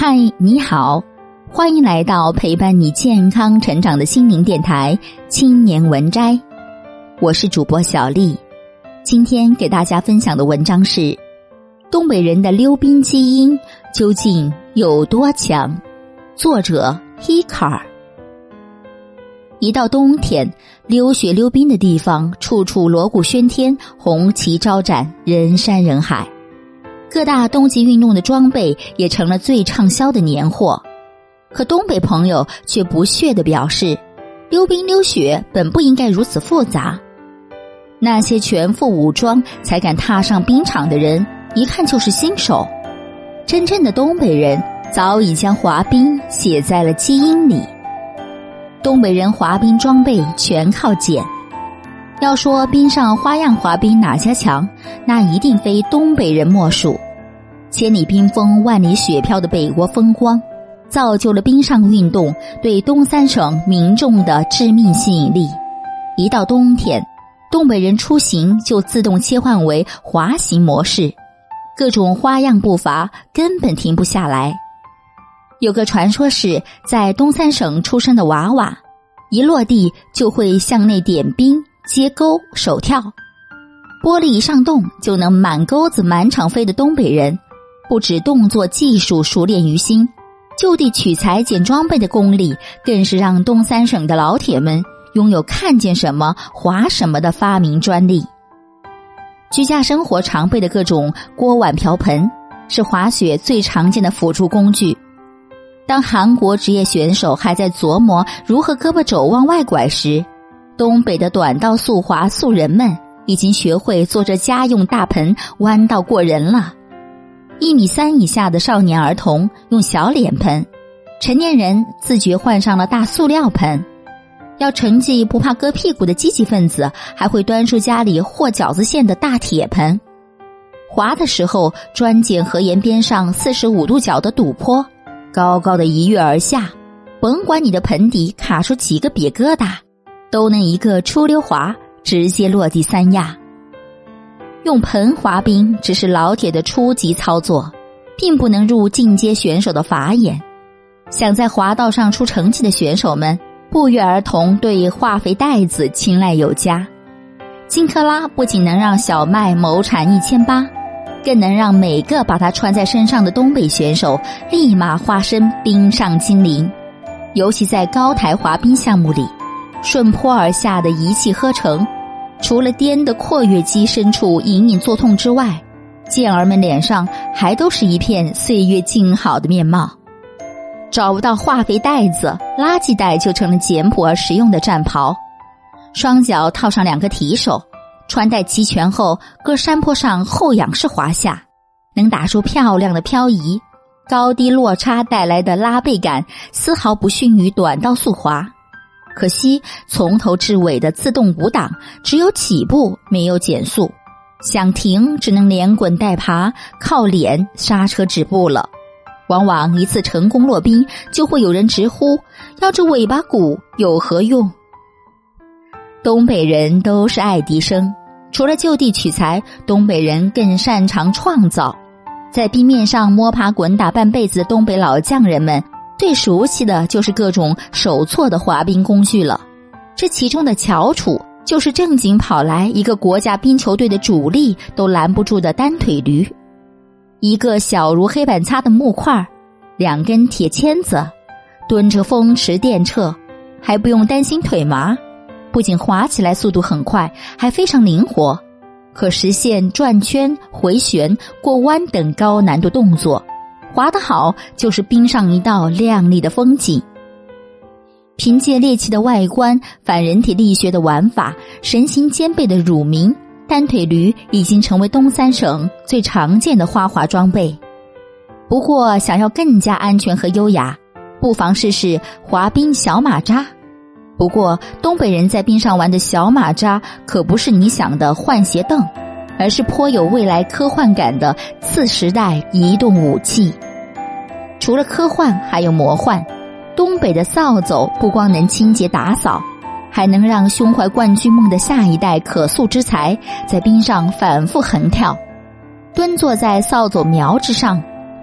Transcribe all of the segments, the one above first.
嗨，你好，欢迎来到陪伴你健康成长的心灵电台青年文摘，我是主播小丽。今天给大家分享的文章是东北人的溜冰基因究竟有多强，作者伊卡尔。一到冬天，溜雪溜冰的地方处处锣鼓喧天，红旗招展，人山人海。各大冬季运动的装备也成了最畅销的年货。可东北朋友却不屑地表示，溜冰溜雪本不应该如此复杂。那些全副武装才敢踏上冰场的人，一看就是新手。真正的东北人早已将滑冰写在了基因里。东北人滑冰装备全靠捡。要说冰上花样滑冰哪家强，那一定非东北人莫属。千里冰封万里雪飘的北国风光，造就了冰上运动对东三省民众的致命吸引力。一到冬天，东北人出行就自动切换为滑行模式，各种花样步伐根本停不下来。有个传说是，在东三省出生的娃娃，一落地就会向内点冰、接钩、手跳，玻璃一上动就能满钩子满场飞的东北人，不止动作技术熟练于心，就地取材捡装备的功力更是让东三省的老铁们拥有看见什么滑什么的发明专利。居家生活常备的各种锅碗瓢盆是滑雪最常见的辅助工具。当韩国职业选手还在琢磨如何胳膊肘往外拐时，东北的短道速滑速人们已经学会坐着家用大盆弯道过人了。1.3米以下的少年儿童用小脸盆，成年人自觉换上了大塑料盆。要成绩不怕割屁股的积极分子还会端出家里和饺子馅的大铁盆。滑的时候专捡河沿边上45度角的陡坡，高高的一跃而下，甭管你的盆底卡出几个瘪疙瘩，都能一个出溜滑直接落地三亚。用盆滑冰只是老铁的初级操作，并不能入进阶选手的法眼。想在滑道上出成绩的选手们不约而同对化肥袋子青睐有加。金克拉不仅能让小麦亩产1800，更能让每个把它穿在身上的东北选手立马化身冰上精灵。尤其在高台滑冰项目里，顺坡而下的一气呵成，除了颠的括约肌深处隐隐作痛之外，健儿们脸上还都是一片岁月静好的面貌。找不到化肥袋子，垃圾袋就成了简朴而实用的战袍。双脚套上2个提手，穿戴齐全后，搁山坡上后仰式滑下，能打出漂亮的漂移。高低落差带来的拉背感丝毫不逊于短道速滑。可惜从头至尾的自动5档只有起步没有减速，想停只能连滚带爬，靠脸刹车止步了。往往一次成功落冰，就会有人直呼要这尾巴骨有何用。东北人都是爱迪生，除了就地取材，东北人更擅长创造。在冰面上摸爬滚打半辈子的东北老匠人们最熟悉的就是各种手错的滑冰工具了。这其中的翘楚就是正经跑来一个国家冰球队的主力都拦不住的单腿驴。一个小如黑板擦的木块，2根铁签子，蹲着风驰电掣，还不用担心腿麻。不仅滑起来速度很快，还非常灵活，可实现转圈、回旋、过弯等高难度动作。滑得好就是冰上一道亮丽的风景。凭借猎奇的外观、反人体力学的玩法、身形兼备的乳名，单腿驴已经成为东三省最常见的花滑装备。不过想要更加安全和优雅，不妨试试滑冰小马扎。不过东北人在冰上玩的小马扎可不是你想的换鞋凳，而是颇有未来科幻感的次时代移动武器。除了科幻还有魔幻，东北的扫帚不光能清洁打扫，还能让胸怀冠军梦的下一代可塑之才在冰上反复横跳。蹲坐在扫帚苗之上，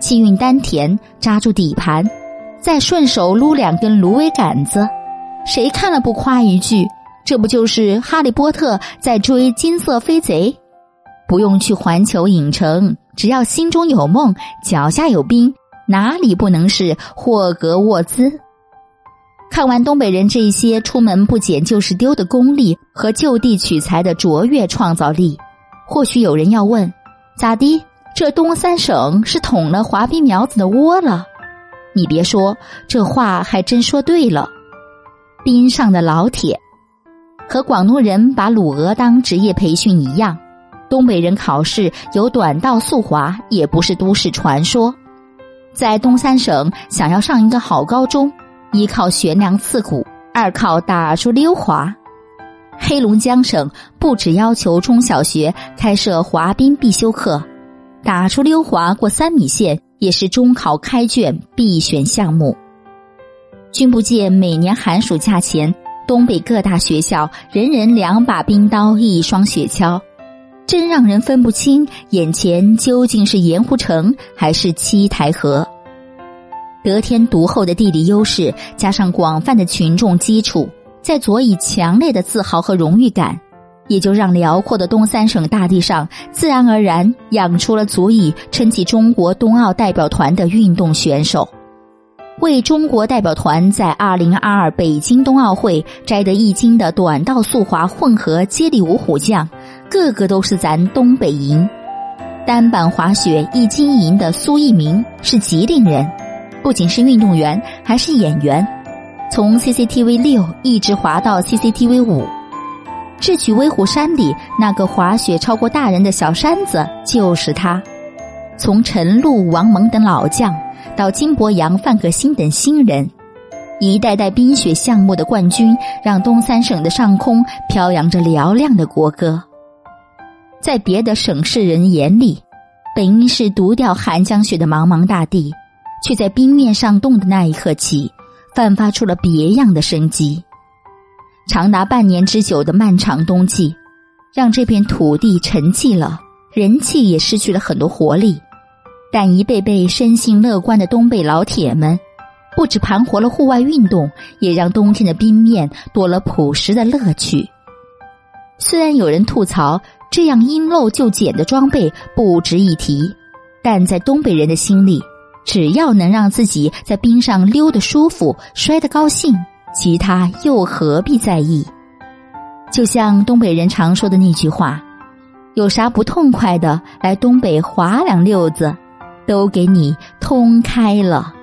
气运丹田，扎住底盘，再顺手撸2根芦苇杆子，谁看了不夸一句，这不就是哈利波特在追金色飞贼？不用去环球影城，只要心中有梦，脚下有冰，哪里不能是霍格沃兹？看完东北人这些出门不捡就是丢的功力和就地取材的卓越创造力，或许有人要问，咋的？这东三省是捅了滑冰苗子的窝了？你别说，这话还真说对了。冰上的老铁，和广东人把鲁俄当职业培训一样，东北人考试有短道速滑也不是都市传说。在东三省想要上一个好高中，一靠悬梁刺股，二靠打出溜滑。黑龙江省不只要求中小学开设滑冰必修课，打出溜滑过3米线也是中考开卷必选项目。君不见每年寒暑假前，东北各大学校人人2把冰刀1双雪橇，真让人分不清眼前究竟是盐湖城还是七台河。得天独厚的地理优势加上广泛的群众基础，再佐以强烈的自豪和荣誉感，也就让辽阔的东三省大地上自然而然养出了足以撑起中国冬奥代表团的运动选手。为中国代表团在2022北京冬奥会摘得1金的短道速滑混合接力舞虎将，个个都是咱东北银。单板滑雪1金1银的苏翊鸣是吉林人，不仅是运动员还是演员，从 CCTV 6一直滑到 CCTV 5。智取威虎山里那个滑雪超过大人的小山子就是他。从陈露、王蒙等老将到金博洋、范可新等新人，一代代冰雪项目的冠军让东三省的上空飘扬着嘹亮的国歌。在别的省市人眼里，本应是独钓寒江雪的茫茫大地，却在冰面上冻的那一刻起焕发出了别样的生机。长达半年之久的漫长冬季让这片土地沉寂了，人气也失去了很多活力，但一辈辈生性乐观的东北老铁们不只盘活了户外运动，也让冬天的冰面多了朴实的乐趣。虽然有人吐槽这样因漏就捡的装备不值一提，但在东北人的心里，只要能让自己在冰上溜得舒服，摔得高兴，其他又何必在意？就像东北人常说的那句话，有啥不痛快的，来东北滑2溜子，都给你通开了。